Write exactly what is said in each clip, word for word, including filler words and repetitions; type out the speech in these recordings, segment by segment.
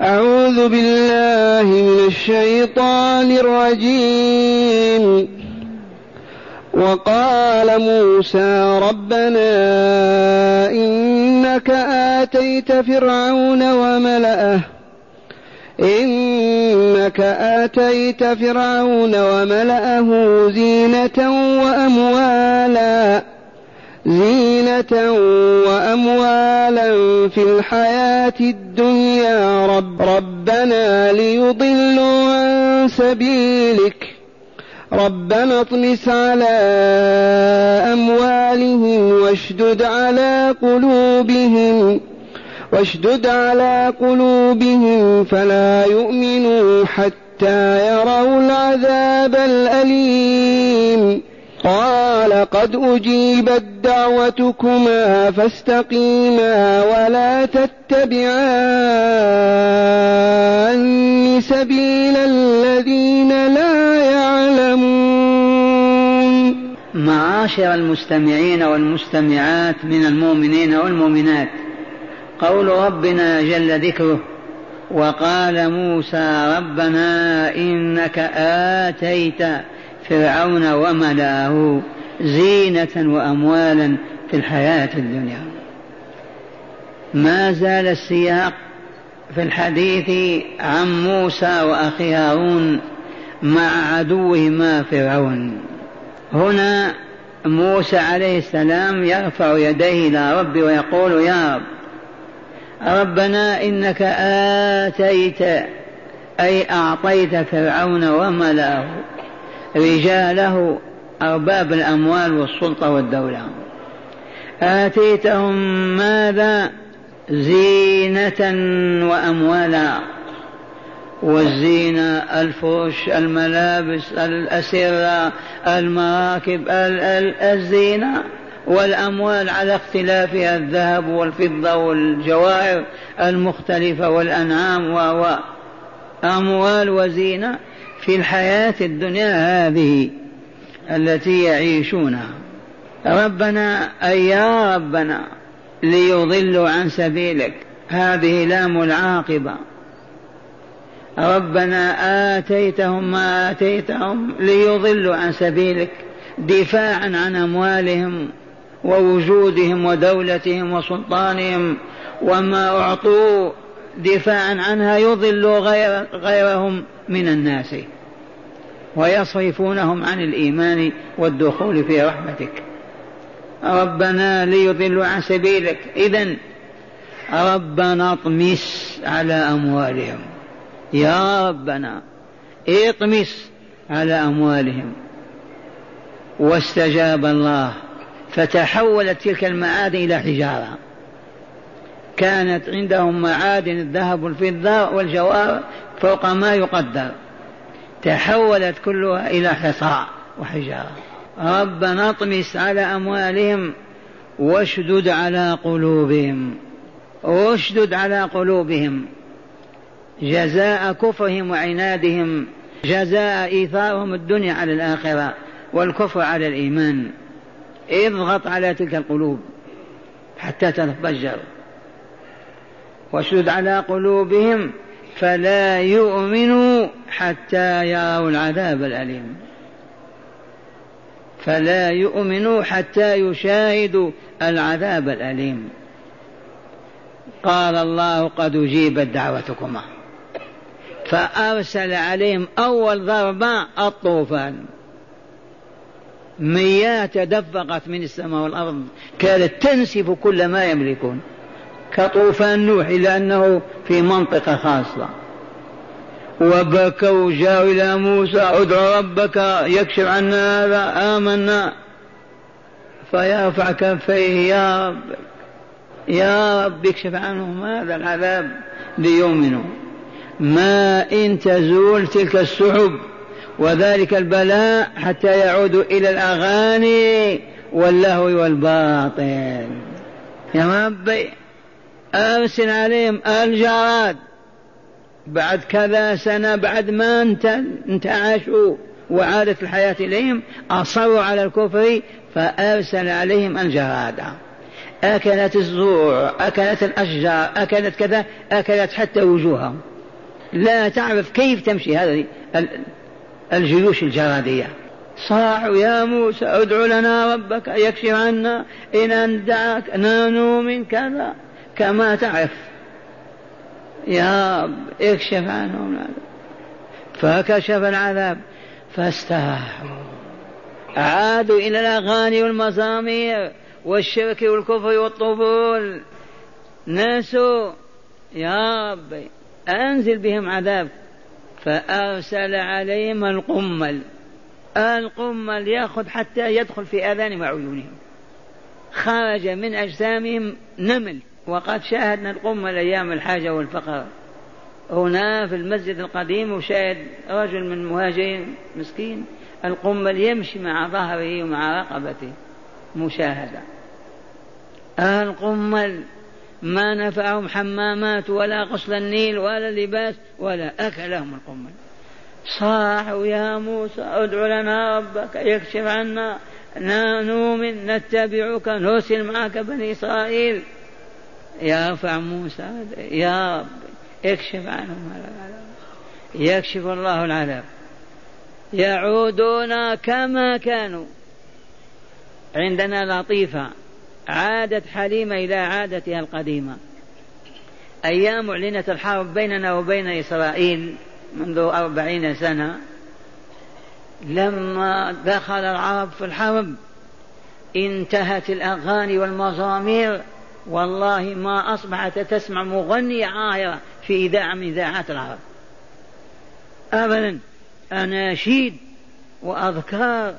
أعوذ بالله من الشيطان الرجيم. وقال موسى ربنا إنك آتيت فرعون وملأه إنك آتيت فرعون وملأه زينة وأموالا زينة وأموالا في الحياة الدنيا رب ربنا ليضلوا عن سبيلك ربنا اطمس على أموالهم واشدد على قلوبهم واشدد على قلوبهم فلا يؤمنوا حتى يروا العذاب الأليم. قال قد أجيبت دعوتكما فاستقيما ولا تتبعان سبيل الذين لا يعلمون. معاشر المستمعين والمستمعات من المؤمنين والمؤمنات، قول ربنا جل ذكره وقال موسى ربنا إنك آتيت فرعون وملأه زينة وأموالا في الحياة الدنيا. ما زال السياق في الحديث عن موسى وأخي هارون مع عدوهما فرعون. هنا موسى عليه السلام يرفع يديه إلى ربه ويقول يا رب ربنا إنك آتيت أي أعطيت فرعون وملأه رجاله أرباب الأموال والسلطة والدولة، آتيتهم ماذا؟ زينة وأموالا. والزينة الفرش الملابس الأسرة المراكب الزينة، والأموال على اختلافها الذهب والفضة والجواهر المختلفة والأنعام وأموال وزينة في الحياة الدنيا هذه التي يعيشونها. ربنا أي يا ربنا ليضلوا عن سبيلك، هذه لام العاقبة. ربنا آتيتهم ما آتيتهم ليضلوا عن سبيلك دفاعا عن أموالهم ووجودهم ودولتهم وسلطانهم، وما أعطوا دفاعا عنها يضلوا غير غيرهم من الناس ويصرفونهم عن الإيمان والدخول في رحمتك. ربنا ليضلوا عن سبيلك، إذن ربنا اطمس على أموالهم، يا ربنا اطمس على أموالهم. واستجاب الله فتحولت تلك المعادن إلى حجارة. كانت عندهم معادن الذهب والفضة والجواهر فوق ما يقدر، تحولت كلها إلى حصى وحجارة. ربنا اطمس على أموالهم واشدد على قلوبهم، واشدد على قلوبهم جزاء كفرهم وعنادهم، جزاء إيثارهم الدنيا على الآخرة والكفر على الإيمان. اضغط على تلك القلوب حتى تتفجر. واشدد على قلوبهم فلا يؤمنوا حتى يروا العذاب الأليم، فلا يؤمنوا حتى يشاهدوا العذاب الأليم. قال الله قد أجيبت دعوتكما، فأرسل عليهم أول ضربة الطوفان، مياه تدفقت من السماء والأرض كانت تنسف كل ما يملكون كطوفان نوح، إلا أنه في منطقة خاصة. وبكوا جاءوا إلى موسى ادع ربك يكشف عنا هذا، آمنا. فيرفع كفيه يا رب يا رب اكشف عنهم هذا العذاب ليؤمنوا. ما إن تزول تلك السحب وذلك البلاء حتى يعودوا إلى الأغاني واللهو والباطل. يا ربي أرسل عليهم الجراد بعد كذا سنة، بعد ما انتعشوا وعادت الحياة إليهم أصروا على الكفر فأرسل عليهم الجراد، أكلت الزروع، أكلت الأشجار، أكلت كذا، أكلت حتى وجوههم لا تعرف كيف تمشي هذه الجيوش الجرادية. صاحوا يا موسى ادع لنا ربك يكشف عنا إن ندعك نؤمن كذا كما تعرف يا رب اكشف عنهم العذاب. فكشف العذاب فاستراحوا، عادوا إلى الأغاني والمزامير والشرك والكفر والطفول. ناسوا يا رب أنزل بهم عذاب، فأرسل عليهم القمل. القمل يأخذ حتى يدخل في آذانهم وعيونهم، خرج من أجسامهم نمل. وقد شاهدنا القمل أيام الحاجة والفقر هنا في المسجد القديم، وشاهد رجل من المهاجرين مسكين القمل يمشي مع ظهره ومع رقبته مشاهدة. القمل ما نفعهم حمامات ولا غسل النيل ولا لباس ولا أكلهم القمل. صاحوا يا موسى ادع لنا ربك يكشف عنا نؤمن نتبعك نرسل معك بني إسرائيل. يرفع موسى يا رب اكشف عنهم العذاب، يكشف الله العذاب، يعودون كما كانوا. عندنا لطيفة، عادت حليمة إلى عادتها القديمة. أيام أعلنت الحرب بيننا وبين إسرائيل منذ أربعين سنة، لما دخل العرب في الحرب انتهت الأغاني والمزامير، والله ما أصبحت تسمع مغني عاهرة في إذاعة من إذاعات العرب أبدا، أناشيد وأذكار.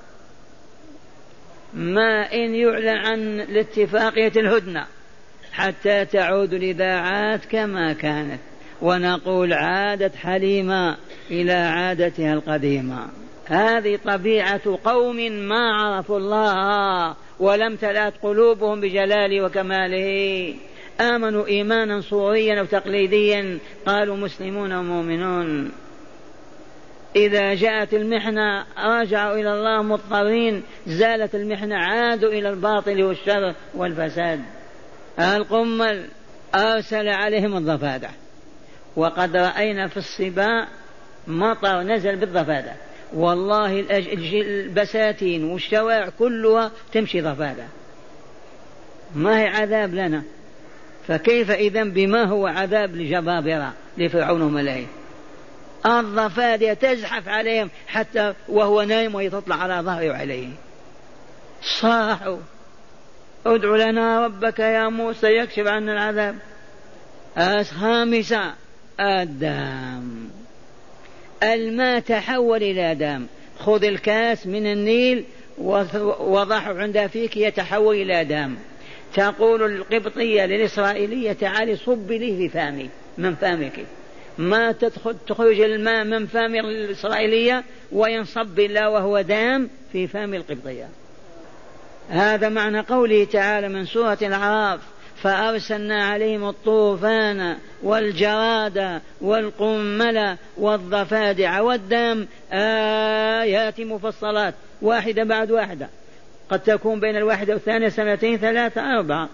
ما إن يعلن عن الاتفاقية الهدنة حتى تعود الإذاعات كما كانت، ونقول عادت حليمة إلى عادتها القديمة. هذه طبيعة قوم ما عرفوا الله ولم تلات قلوبهم بجلاله وكماله، آمنوا إيمانا صوريا أو تقليديا، قالوا مسلمون ومؤمنون. إذا جاءت المحنة رجعوا إلى الله مضطرين، زالت المحنة عادوا إلى الباطل والشر والفساد. القمل أرسل عليهم الضفادع، وقد رأينا في الصباء مطر نزل بالضفادع، والله البساتين والشوارع كلها تمشي ضفادع. ما هي عذاب لنا؟ فكيف إذن بما هو عذاب لجبابرة لفرعون وملئه؟ الضفادع تزحف عليهم حتى وهو نايم وهي تطلع على ظهره وعليه. صاحوا ادع لنا ربك يا موسى يكشف عنا العذاب. خامسة الدم، الماء تحول إلى دم. خذ الكاس من النيل وضعه عند فيك يتحول إلى دم. تقول القبطية للإسرائيلية تعالي صب لي في فمي من فمك، ما تدخل تخرج الماء من فم الإسرائيلية وينصب الله وهو دام في فم القبطية. هذا معنى قوله تعالى من سورة الأعراف فأرسلنا عليهم الطوفان والجراد والقمل والضفادع والدم آيات مفصلات واحدة بعد واحدة، قد تكون بين الواحدة والثانية سنتين ثلاثة أربعة.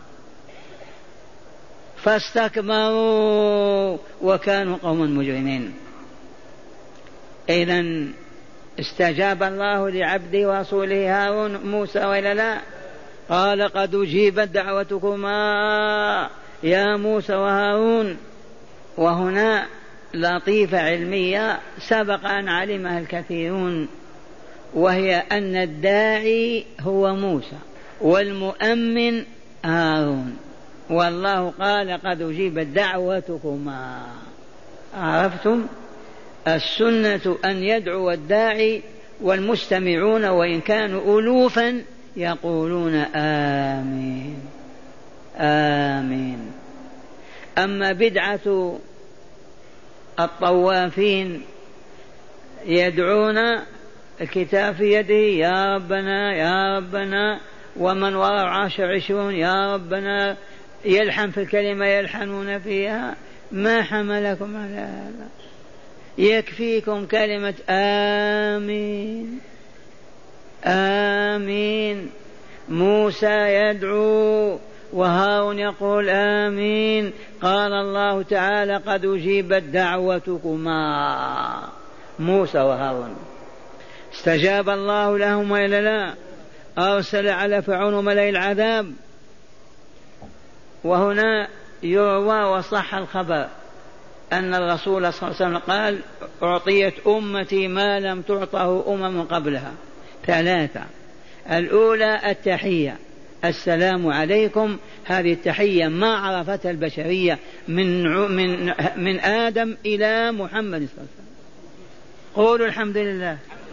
فاستكبروا وكانوا قوما مجرمين. إذن استجاب الله لعبده ورسوله هارون موسى وإلا لا؟ قال قد أجيبت دعوتكما يا موسى وهارون. وهنا لطيفة علمية سبق أن علمها الكثيرون، وهي أن الداعي هو موسى والمؤمن هارون، والله قال قد أجيبت دعوتكما. عرفتم؟ السنة أن يدعو الداعي والمستمعون وإن كانوا ألوفا يقولون آمين آمين. أما بدعة الطوافين يدعون الكتاب في يده يا ربنا يا ربنا، ومن وراء عشر عشرون يا ربنا، يلحن في الكلمة يلحنون فيها. ما حملكم على هذا؟ يكفيكم كلمة آمين آمين. موسى يدعو وهارون يقول آمين. قال الله تعالى قد أجيبت دعوتكما، موسى وهارون. استجاب الله لهم وإلا لا؟ أرسل على فرعون ملئ العذاب. وهنا يروى وصح الخبر أن الرسول صلى الله عليه وسلم قال أعطيت أمتي ما لم تعطه أمم قبلها، ثلاثة. الأولى التحية، السلام عليكم. هذه التحية ما عرفتها البشرية من من من آدم إلى محمد صلى الله عليه وسلم. قولوا الحمد لله.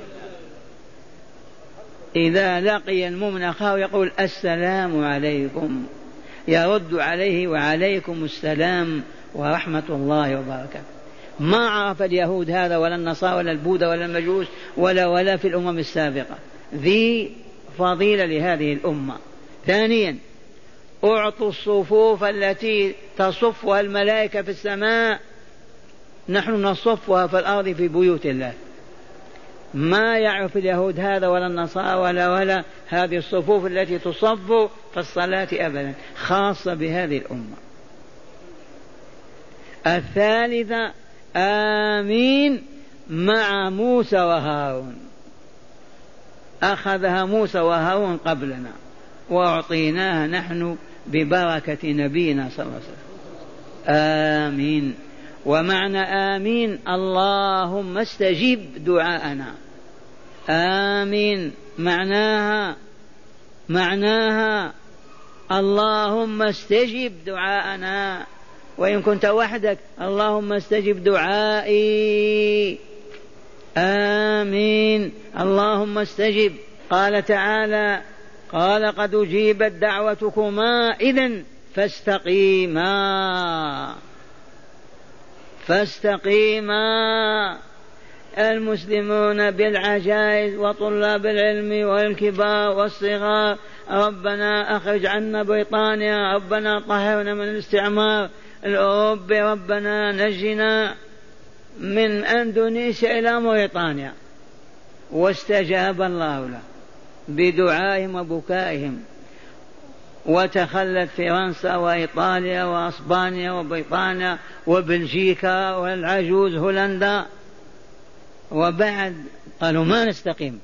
إذا لقي المؤمن أخاه يقول السلام عليكم، يرد عليه وعليكم السلام ورحمة الله وبركاته. ما عرف اليهود هذا ولا النصارى ولا البوذا ولا المجوس ولا ولا في الأمم السابقة. ذي فضيلة لهذه الأمة. ثانيا أعطوا الصفوف التي تصفها الملائكة في السماء، نحن نصفها في الأرض في بيوت الله. ما يعرف اليهود هذا ولا النصارى ولا ولا هذه الصفوف التي تصف في الصلاة أبدا، خاصة بهذه الأمة. الثالثة آمين مع موسى وهارون، أخذها موسى وهارون قبلنا وأعطيناها نحن ببركة نبينا صلى الله عليه وسلم. آمين. ومعنى آمين اللهم استجب دعاءنا. آمين معناها معناها اللهم استجب دعاءنا. وإن كنت وحدك اللهم استجب دعائي. آمين اللهم استجب. قال تعالى قال قد أجيبت دعوتكما إذن فاستقيما فاستقيما. المسلمون بالعجائز وطلاب العلم والكبار والصغار ربنا أخرج عنا بريطانيا، ربنا طهرنا من الاستعمار الأوروبي، ربنا نجنا من أندونيسيا إلى موريطانيا، واستجاب الله له بدعائهم وبكائهم. وتخلت فرنسا وإيطاليا وأسبانيا وبريطانيا وبلجيكا والعجوز هولندا، وبعد قالوا ما نستقيم.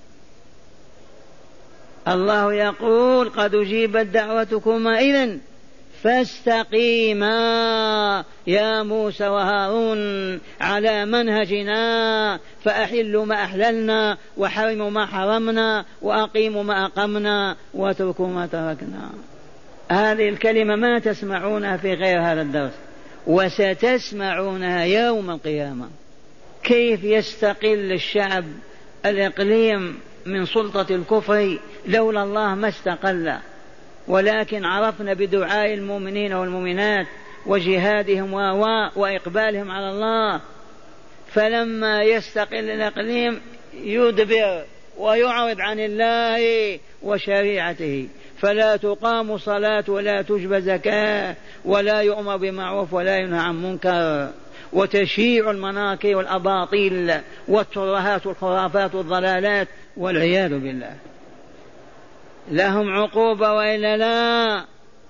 الله يقول قد أجيبت دعوتكما إذن فاستقيما يا موسى وهارون على منهجنا، فأحلوا ما أحللنا وحرموا ما حرمنا وأقيموا ما أقمنا واتركوا ما تركنا. هذه الكلمة ما تسمعونها في غير هذا الدرس، وستسمعونها يوم القيامة. كيف يستقل الشعب الإقليم من سلطة الكفر؟ لولا الله ما استقل، ولكن عرفنا بدعاء المؤمنين والمؤمنات وجهادهم وإقبالهم على الله. فلما يستقل الإقليم يدبر ويعرض عن الله وشريعته، فلا تقام صلاة ولا تجب زكاة ولا يؤمر بمعروف ولا ينهى عن منكر، وتشيع المناكر والأباطيل والترهات والخرافات والضلالات والعياذ بالله. لهم عقوبة وإلا لا؟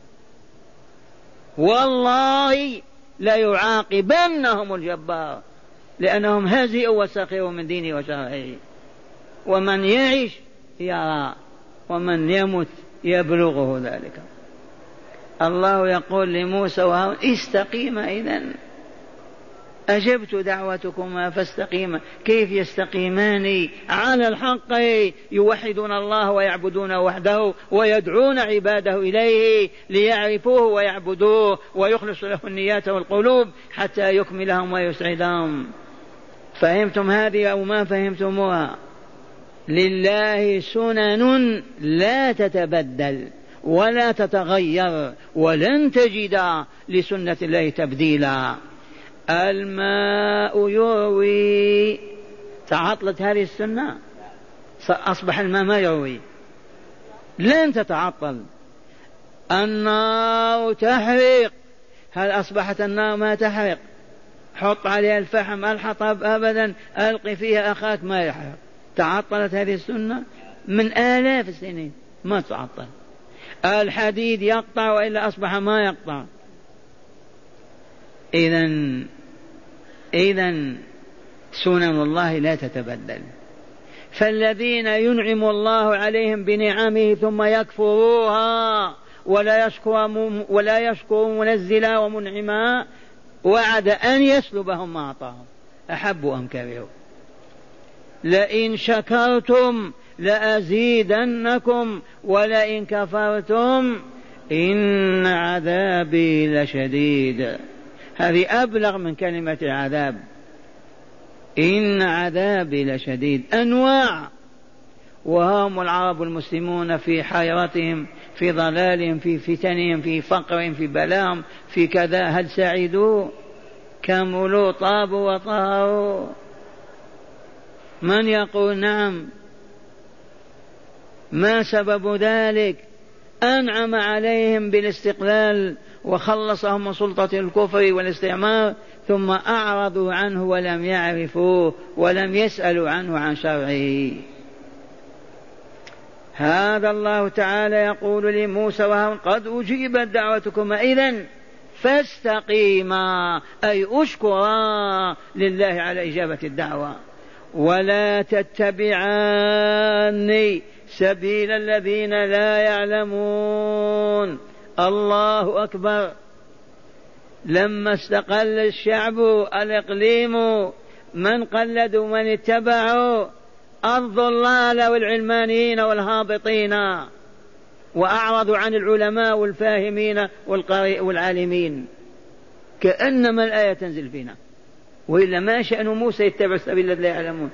والله ليعاقبنهم الجبار لأنهم هزئوا وسخروا من دينه وشرعه. ومن يعيش يرى ومن يمت يبلغه ذلك. الله يقول لموسى وهارون استقيما إذن، أجبت دعوتكما فاستقيما. كيف يستقيمان على الحق؟ يوحدون الله ويعبدون وحده ويدعون عباده إليه ليعرفوه ويعبدوه ويخلص له النيات والقلوب حتى يكملهم ويسعدهم. فهمتم هذه أو ما فهمتموها؟ لله سنن لا تتبدل ولا تتغير، ولن تجد لسنة الله تبديلا. الماء يروي، تعطلت هذه السنة، أصبح الماء ما يروي، لن تتعطل. النار تحرق، هل أصبحت النار ما تحرق؟ حط عليها الفحم الحطب أبدا، ألقي فيها أخاك ما يحرق. تعطلت هذه السنة من آلاف السنين ما تعطل. الحديد يقطع وإلا أصبح ما يقطع. إذن إذن سنن الله لا تتبدل. فالذين ينعم الله عليهم بنعمه ثم يكفروها ولا يشكر ولا يشكر منزلا ومنعما وعد أن يسلبهم ما أعطاهم أحبوا أم كرهوا. لئن شكرتم لأزيدنكم ولئن كفرتم إن عذابي لشديد. هذه أبلغ من كلمة العذاب. إن عذابي لشديد أنواع. وهم العرب المسلمون في حيرتهم في ضلالهم في فتنهم في فقرهم في بلاهم في كذا هل سعدوا كملوا طابوا وطهروا؟ من يقول نعم؟ ما سبب ذلك؟ أنعم عليهم بالاستقلال وخلصهم من سلطة الكفر والاستعمار ثم أعرضوا عنه ولم يعرفوه ولم يسألوا عنه عن شرعه. هذا الله تعالى يقول لموسى وهارون قد أجيبت دعوتكما إذن فاستقيما أي أشكرا لله على إجابة الدعوة ولا تتبعاني سبيل الذين لا يعلمون. الله أكبر. لما استقل الشعب الإقليم من قلدوا من اتبعوا الضلال والعلمانيين والهابطين وأعرضوا عن العلماء والفاهمين والعالمين كأنما الآية تنزل فينا. وإلا ما شأن موسى يتبع سبيل الذين لا يعلمون.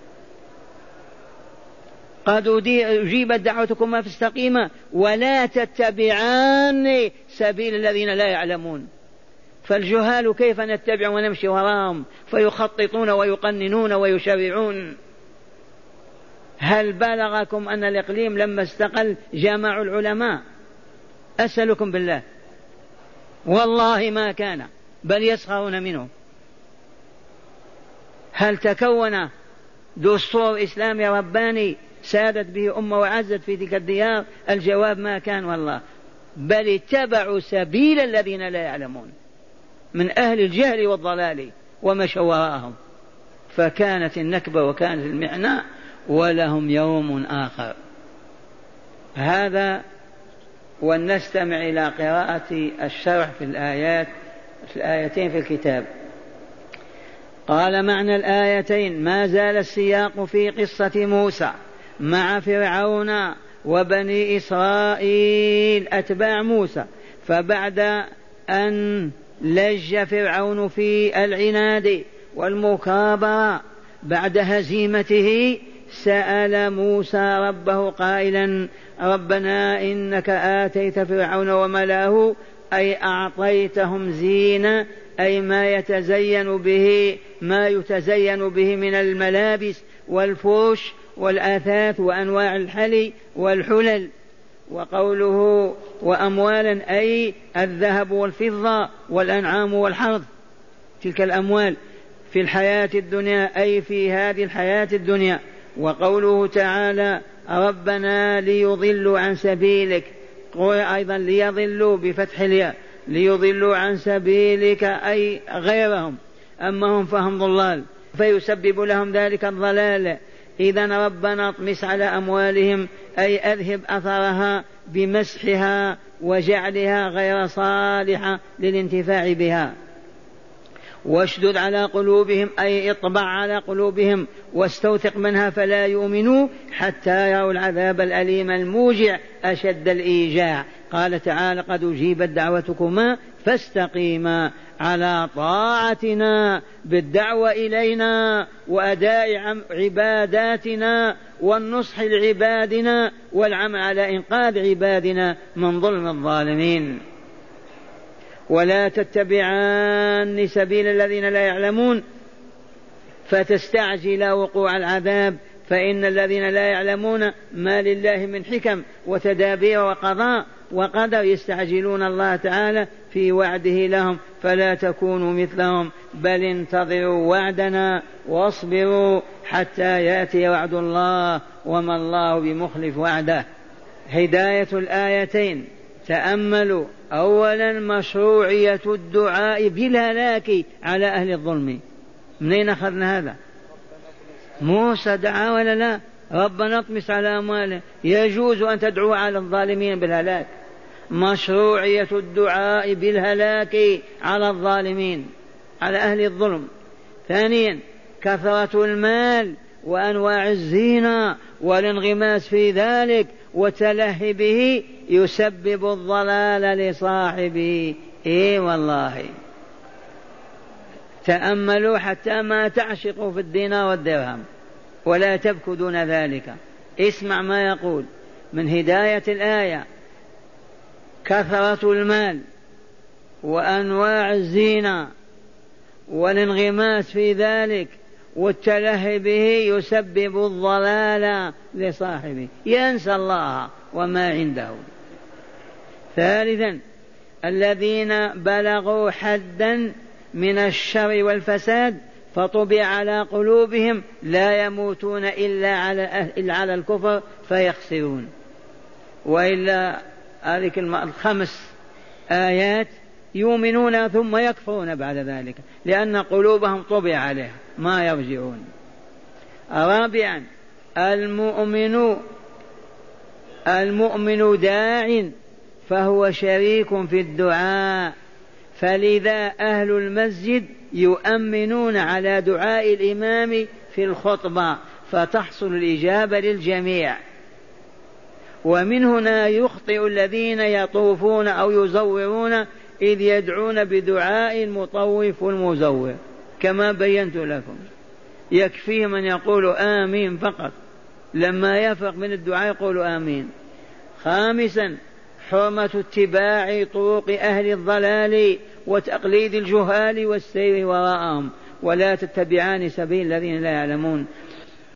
قد أجيبت دعوتكما فاستقيما ولا تتبعان سبيل الذين لا يعلمون. فالجهال كيف نتبع ونمشي وراهم فيخططون ويقننون ويشرعون؟ هل بلغكم أن الإقليم لما استقل جمعوا العلماء؟ أسألكم بالله والله ما كان بل يسخرون منه. هل تكون دستور إسلامي رباني سادت به أمة وعزت في تلك الديار؟ الجواب ما كان والله، بل اتبعوا سبيل الذين لا يعلمون من أهل الجهل والضلال ومشوا وراءهم. فكانت النكبة وكانت المحنة ولهم يوم آخر. هذا ونستمع إلى قراءة الشرح في الآيات في الآيتين في الكتاب. قال معنى الآيتين ما زال السياق في قصة موسى مع فرعون وبني إسرائيل أتباع موسى. فبعد أن لج فرعون في العناد والمكابرة بعد هزيمته سأل موسى ربه قائلا ربنا إنك آتيت فرعون وملاه أي أعطيتهم زينة أي ما يتزين به ما يتزين به من الملابس والفرش والآثاث وأنواع الحلي والحلل. وقوله وأموالا أي الذهب والفضة والأنعام والحرث تلك الأموال في الحياة الدنيا أي في هذه الحياة الدنيا. وقوله تعالى ربنا ليضلوا عن سبيلك قول أيضا ليضلوا بفتح الياء ليضلوا عن سبيلك أي غيرهم أما هم فهم ضلال فيسبب لهم ذلك الضلال. إذن ربنا اطمس على أموالهم أي أذهب أثرها بمسحها وجعلها غير صالحة للانتفاع بها. واشدد على قلوبهم أي اطبع على قلوبهم واستوثق منها فلا يؤمنوا حتى يروا العذاب الأليم الموجع أشد الإيجاع. قال تعالى قد أجيبت دعوتكما فاستقيما على طاعتنا بالدعوة إلينا وأداء عباداتنا والنصح لعبادنا والعمل على إنقاذ عبادنا من ظلم الظالمين. ولا تتبعان سبيل الذين لا يعلمون فتستعجل وقوع العذاب فإن الذين لا يعلمون ما لله من حكم وتدابير وقضاء وقدر يستعجلون الله تعالى في وعده لهم فلا تكونوا مثلهم بل انتظروا وعدنا واصبروا حتى يأتي وعد الله وما الله بمخلف وعده. هداية الآيتين تأملوا أولا مشروعية الدعاء بالهلاك على أهل الظلم. منين أخذنا هذا؟ موسى دعا ولا لا؟ ربنا اطمس على أمواله، يجوز أن تدعو على الظالمين بالهلاك. مشروعية الدعاء بالهلاك على الظالمين على أهل الظلم. ثانيا كثرة المال وأنواع الزينة والانغماس في ذلك والتلهي به يسبب الضلال لصاحبه. إيه والله تأملوا حتى ما تعشقوا في الدينار والدرهم ولا تبكوا دون ذلك. اسمع ما يقول من هداية الآية: كثرة المال وأنواع الزينة والانغماس في ذلك والتلهي به يسبب الضلال لصاحبه، ينسى الله وما عنده. ثالثا الذين بلغوا حدا من الشر والفساد فطبع على قلوبهم لا يموتون إلا على, إلا على الكفر فيخسرون. وإلا هذه الخمس آيات يؤمنون ثم يكفرون بعد ذلك لأن قلوبهم طبع عليها ما يرجعون. رابعا المؤمن المؤمن داع فهو شريك في الدعاء، فلذا أهل المسجد يؤمنون على دعاء الإمام في الخطبة فتحصل الإجابة للجميع. ومن هنا يخطئ الذين يطوفون أو يزورون إذ يدعون بدعاء المطوف والمزور كما بينت لكم، يكفيه من يقول آمين فقط، لما يفرق من الدعاء يقول آمين. خامسا حرمة اتباع طرق أهل الضلال وتقليد الجهال والسير وراءهم، ولا تتبعان سبيل الذين لا يعلمون